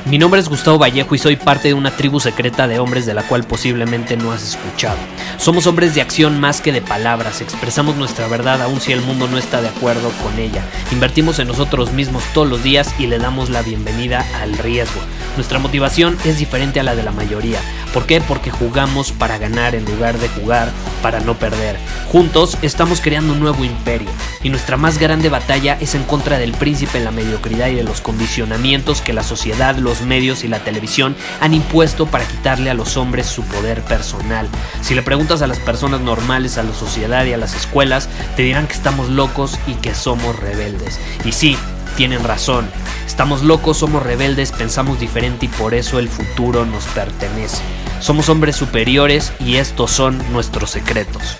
Mi nombre es Gustavo Vallejo y soy parte de una tribu secreta de hombres de la cual posiblemente no has escuchado. Somos hombres de acción más que de palabras, expresamos nuestra verdad aun si el mundo no está de acuerdo con ella. Invertimos en nosotros mismos todos los días y le damos la bienvenida al riesgo. Nuestra motivación es diferente a la de la mayoría. ¿Por qué? Porque jugamos para ganar en lugar de jugar para no perder. Juntos estamos creando un nuevo imperio y nuestra más grande batalla es en contra del príncipe, la mediocridad y de los condicionamientos que la sociedad, los medios y la televisión han impuesto para quitarle a los hombres su poder personal. Si le preguntas a las personas normales, a la sociedad y a las escuelas, te dirán que estamos locos y que somos rebeldes. Y sí, tienen razón. Estamos locos, somos rebeldes, pensamos diferente y por eso el futuro nos pertenece. Somos hombres superiores y estos son nuestros secretos.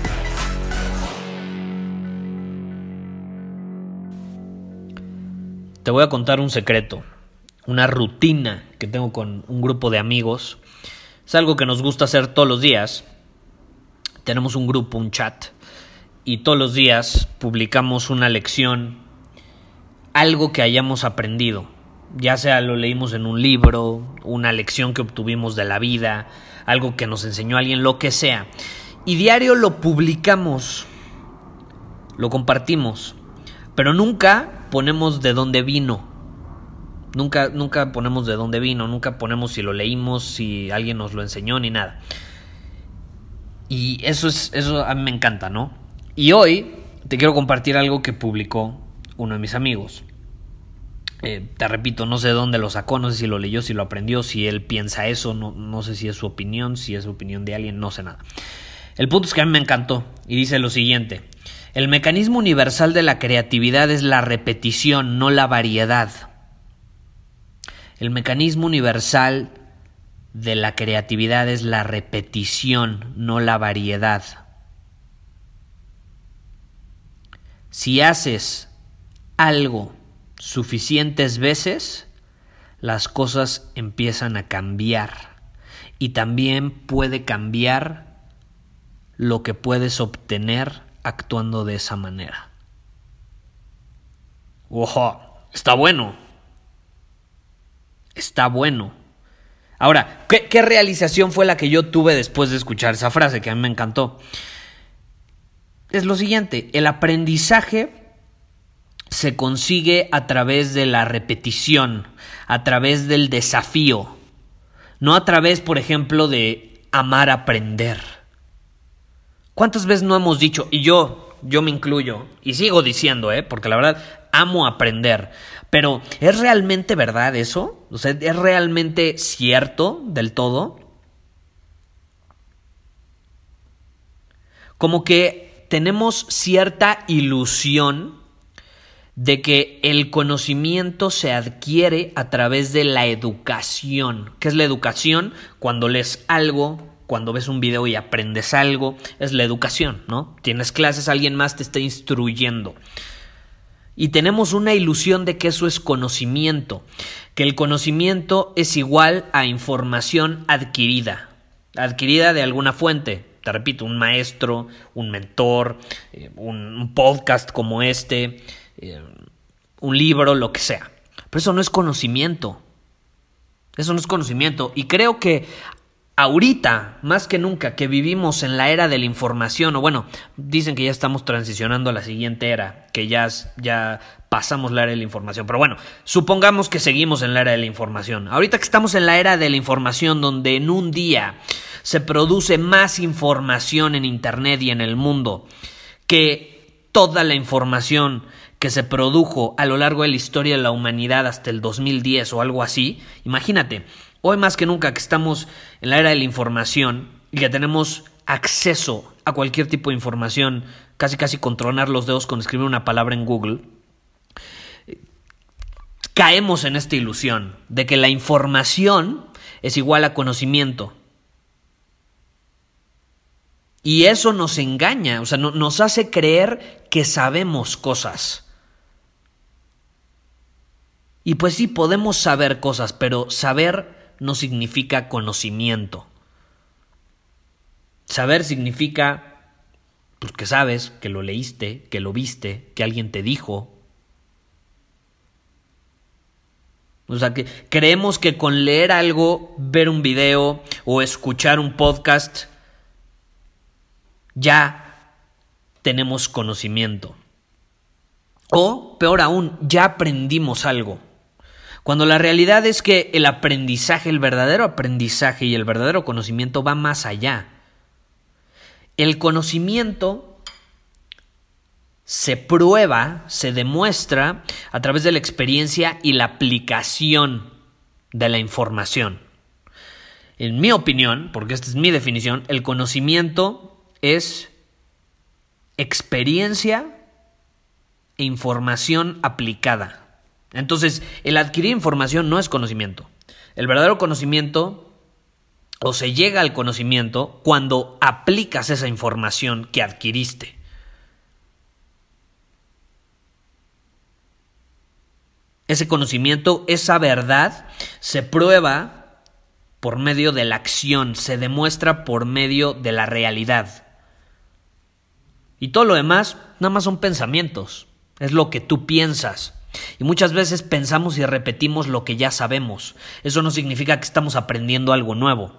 Te voy a contar un secreto, una rutina que tengo con un grupo de amigos. Es algo que nos gusta hacer todos los días. Tenemos un grupo, un chat, y todos los días publicamos una lección, algo que hayamos aprendido. Ya sea lo leímos en un libro, una lección que obtuvimos de la vida, algo que nos enseñó alguien, lo que sea. Y diario lo publicamos, lo compartimos, pero nunca ponemos de dónde vino. Nunca ponemos de dónde vino, nunca ponemos si lo leímos, si alguien nos lo enseñó, ni nada. Y eso a mí me encanta, ¿no? Y hoy te quiero compartir algo que publicó uno de mis amigos. Te repito, no sé de dónde lo sacó, no sé si lo leyó, si lo aprendió, si él piensa eso, no sé si es su opinión, si es opinión de alguien, no sé nada. El punto es que a mí me encantó y dice lo siguiente: el mecanismo universal de la creatividad es la repetición, no la variedad. El mecanismo universal de la creatividad es la repetición, no la variedad. Si haces algo suficientes veces, las cosas empiezan a cambiar. Y también puede cambiar lo que puedes obtener actuando de esa manera. ¡Ojo! Está bueno. Está bueno. Ahora, ¿qué realización fue la que yo tuve después de escuchar esa frase que a mí me encantó? Es lo siguiente: el aprendizaje se consigue a través de la repetición, a través del desafío, no a través, por ejemplo, de amar aprender. ¿Cuántas veces no hemos dicho, y yo me incluyo, y sigo diciendo, porque la verdad amo aprender, pero ¿es realmente verdad eso? O sea, ¿es realmente cierto del todo? Como que tenemos cierta ilusión de que el conocimiento se adquiere a través de la educación. ¿Qué es la educación? Cuando lees algo, cuando ves un video y aprendes algo, es la educación, ¿no? Tienes clases, alguien más te está instruyendo. Y tenemos una ilusión de que eso es conocimiento, que el conocimiento es igual a información adquirida de alguna fuente. Te repito, un maestro, un mentor, un podcast como este, un libro, lo que sea. Pero eso no es conocimiento. Eso no es conocimiento. Y creo que ahorita, más que nunca, que vivimos en la era de la información, o bueno, dicen que ya estamos transicionando a la siguiente era, que ya pasamos la era de la información, pero bueno, supongamos que seguimos en la era de la información. Ahorita que estamos en la era de la información, donde en un día se produce más información en internet y en el mundo que toda la información que se produjo a lo largo de la historia de la humanidad hasta el 2010 o algo así. Imagínate, hoy más que nunca que estamos en la era de la información y que tenemos acceso a cualquier tipo de información, casi con tronar los dedos con escribir una palabra en Google, caemos en esta ilusión de que la información es igual a conocimiento. Y eso nos engaña, o sea, nos hace creer que sabemos cosas. Y pues sí, podemos saber cosas, pero saber no significa conocimiento. Saber significa pues, que sabes, que lo leíste, que lo viste, que alguien te dijo. O sea, que creemos que con leer algo, ver un video o escuchar un podcast, ya tenemos conocimiento. O, peor aún, ya aprendimos algo. Cuando la realidad es que el aprendizaje, el verdadero aprendizaje y el verdadero conocimiento va más allá. El conocimiento se prueba, se demuestra a través de la experiencia y la aplicación de la información. En mi opinión, porque esta es mi definición, el conocimiento es experiencia e información aplicada. Entonces, el adquirir información no es conocimiento. El verdadero conocimiento, o se llega al conocimiento cuando aplicas esa información que adquiriste. Ese conocimiento, esa verdad, se prueba por medio de la acción, se demuestra por medio de la realidad. Y todo lo demás, nada más son pensamientos, es lo que tú piensas. Y muchas veces pensamos y repetimos lo que ya sabemos. Eso no significa que estamos aprendiendo algo nuevo.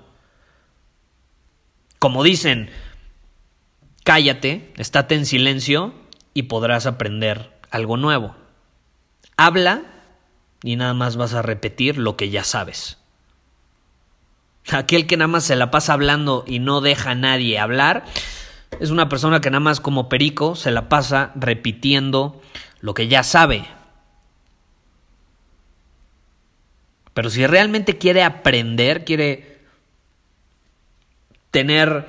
Como dicen, cállate, estate en silencio y podrás aprender algo nuevo. Habla y nada más vas a repetir lo que ya sabes. Aquel que nada más se la pasa hablando y no deja a nadie hablar es una persona que nada más como perico se la pasa repitiendo lo que ya sabe. Pero si realmente quiere aprender, quiere tener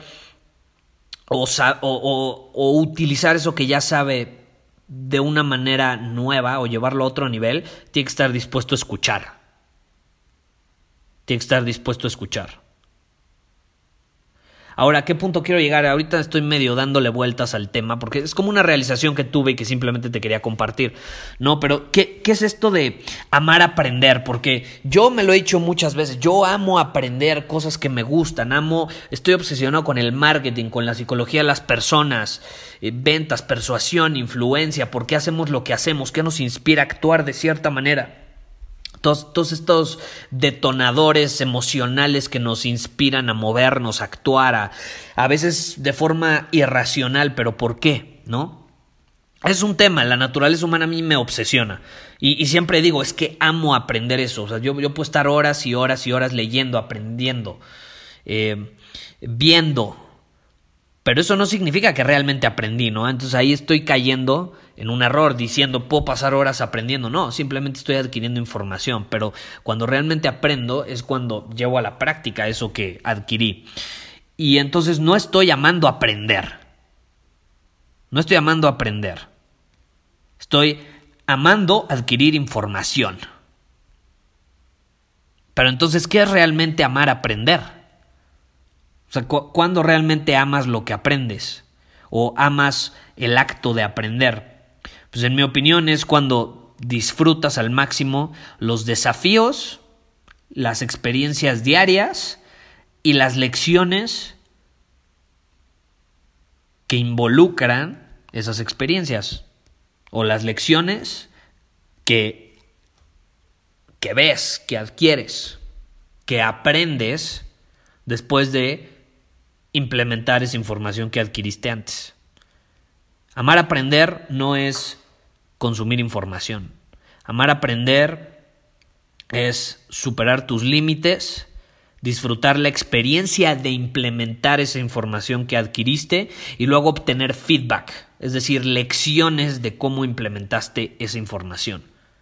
o utilizar eso que ya sabe de una manera nueva o llevarlo a otro nivel, tiene que estar dispuesto a escuchar. Tiene que estar dispuesto a escuchar. Ahora, ¿a qué punto quiero llegar? Ahorita estoy medio dándole vueltas al tema porque es como una realización que tuve y que simplemente te quería compartir. No, pero ¿qué es esto de amar aprender? Porque yo me lo he dicho muchas veces. Yo amo aprender cosas que me gustan. Estoy obsesionado con el marketing, con la psicología de las personas, ventas, persuasión, influencia. ¿Por qué hacemos lo que hacemos? ¿Qué nos inspira a actuar de cierta manera? Todos estos detonadores emocionales que nos inspiran a movernos, a actuar, a veces de forma irracional, pero ¿por qué? ¿No? Es un tema, la naturaleza humana a mí me obsesiona y siempre digo, es que amo aprender eso. O sea, yo puedo estar horas y horas y horas leyendo, aprendiendo, viendo, pero eso no significa que realmente aprendí, ¿no? Entonces ahí estoy cayendo en un error diciendo puedo pasar horas aprendiendo. No, simplemente estoy adquiriendo información, pero cuando realmente aprendo es cuando llevo a la práctica eso que adquirí. Y entonces no estoy amando aprender. No estoy amando aprender. Estoy amando adquirir información. Pero entonces, ¿qué es realmente amar aprender? O sea, ¿cuándo realmente amas lo que aprendes? ¿O amas el acto de aprender? Pues en mi opinión es cuando disfrutas al máximo los desafíos, las experiencias diarias y las lecciones que involucran esas experiencias. O las lecciones que ves, que adquieres, que aprendes después de implementar esa información que adquiriste antes. Amar aprender no es consumir información. Amar aprender es superar tus límites, disfrutar la experiencia de implementar esa información que adquiriste y luego obtener feedback, es decir, lecciones de cómo implementaste esa información.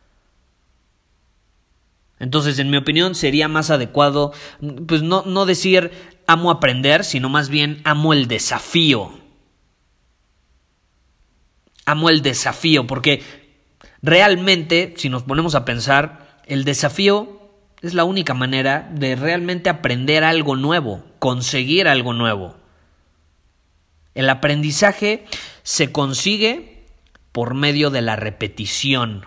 Entonces, en mi opinión, sería más adecuado, pues no decir amo aprender, sino más bien amo el desafío. Amo el desafío, porque realmente, si nos ponemos a pensar, el desafío es la única manera de realmente aprender algo nuevo, conseguir algo nuevo. El aprendizaje se consigue por medio de la repetición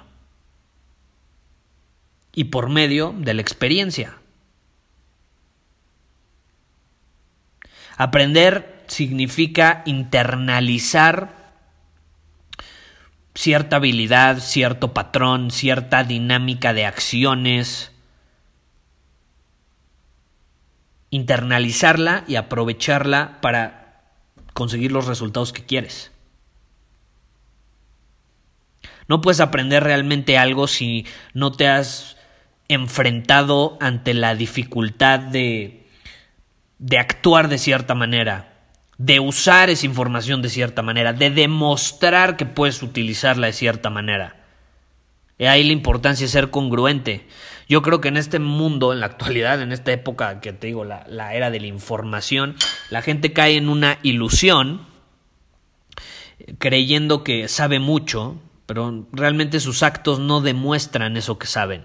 y por medio de la experiencia. Aprender significa internalizar cierta habilidad, cierto patrón, cierta dinámica de acciones, internalizarla y aprovecharla para conseguir los resultados que quieres. No puedes aprender realmente algo si no te has enfrentado ante la dificultad de actuar de cierta manera, de usar esa información de cierta manera, de demostrar que puedes utilizarla de cierta manera. Y ahí la importancia de ser congruente. Yo creo que en este mundo, en la actualidad, en esta época que te digo, la era de la información, la gente cae en una ilusión creyendo que sabe mucho, pero realmente sus actos no demuestran eso que saben.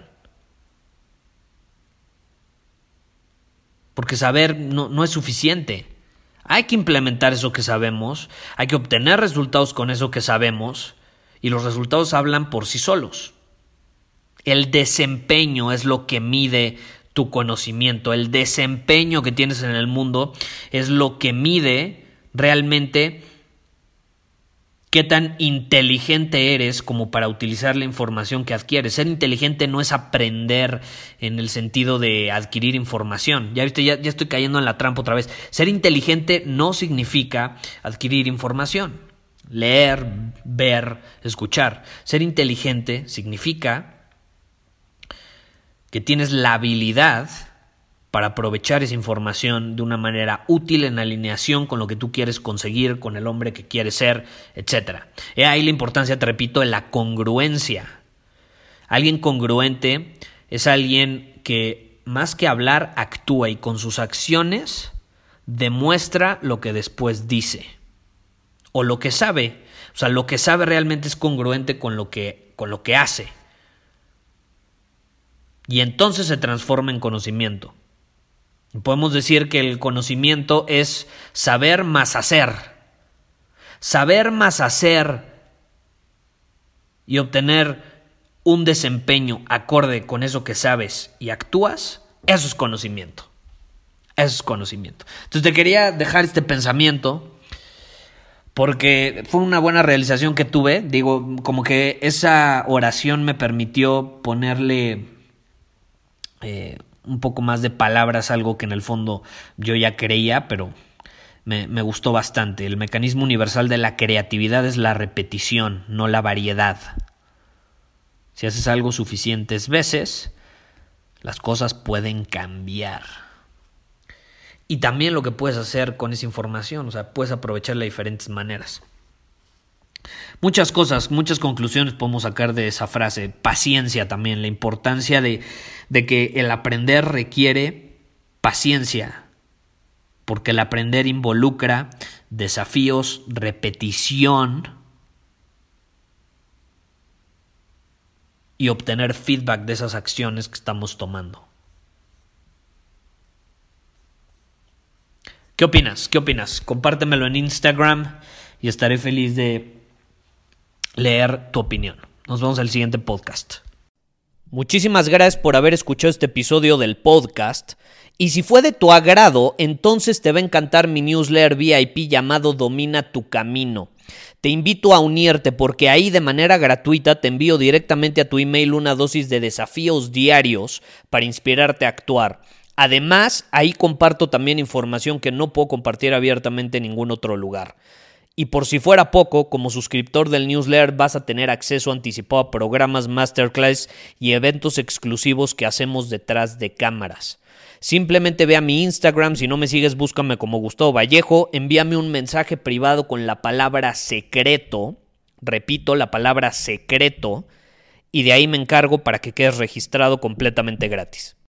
Porque saber no es suficiente. Hay que implementar eso que sabemos, hay que obtener resultados con eso que sabemos, y los resultados hablan por sí solos. El desempeño es lo que mide tu conocimiento. El desempeño que tienes en el mundo es lo que mide realmente qué tan inteligente eres como para utilizar la información que adquieres. Ser inteligente no es aprender en el sentido de adquirir información. Ya viste, ya estoy cayendo en la trampa otra vez. Ser inteligente no significa adquirir información. Leer, ver, escuchar. Ser inteligente significa que tienes la habilidad para aprovechar esa información de una manera útil en alineación con lo que tú quieres conseguir, con el hombre que quieres ser, etc. He ahí la importancia, te repito, de la congruencia. Alguien congruente es alguien que más que hablar, actúa y con sus acciones demuestra lo que después dice. O lo que sabe. O sea, lo que sabe realmente es congruente con lo que hace. Y entonces se transforma en conocimiento. Podemos decir que el conocimiento es saber más hacer. Saber más hacer y obtener un desempeño acorde con eso que sabes y actúas, eso es conocimiento. Eso es conocimiento. Entonces te quería dejar este pensamiento porque fue una buena realización que tuve. Digo, como que esa oración me permitió ponerle un poco más de palabras, algo que en el fondo yo ya creía, pero me gustó bastante. El mecanismo universal de la creatividad es la repetición, no la variedad. Si haces algo suficientes veces, las cosas pueden cambiar. Y también lo que puedes hacer con esa información, o sea, puedes aprovecharla de diferentes maneras. Muchas cosas, muchas conclusiones podemos sacar de esa frase. Paciencia también, la importancia de que el aprender requiere paciencia, porque el aprender involucra desafíos, repetición y obtener feedback de esas acciones que estamos tomando. ¿Qué opinas? ¿Qué opinas? Compártemelo en Instagram y estaré feliz de leer tu opinión. Nos vemos en el siguiente podcast. Muchísimas gracias por haber escuchado este episodio del podcast. Y si fue de tu agrado, entonces te va a encantar mi newsletter VIP llamado Domina tu Camino. Te invito a unirte porque ahí de manera gratuita te envío directamente a tu email una dosis de desafíos diarios para inspirarte a actuar. Además, ahí comparto también información que no puedo compartir abiertamente en ningún otro lugar. Y por si fuera poco, como suscriptor del newsletter vas a tener acceso anticipado a programas, masterclass y eventos exclusivos que hacemos detrás de cámaras. Simplemente ve a mi Instagram, si no me sigues búscame como Gustavo Vallejo, envíame un mensaje privado con la palabra secreto, repito, la palabra secreto, y de ahí me encargo para que quedes registrado completamente gratis.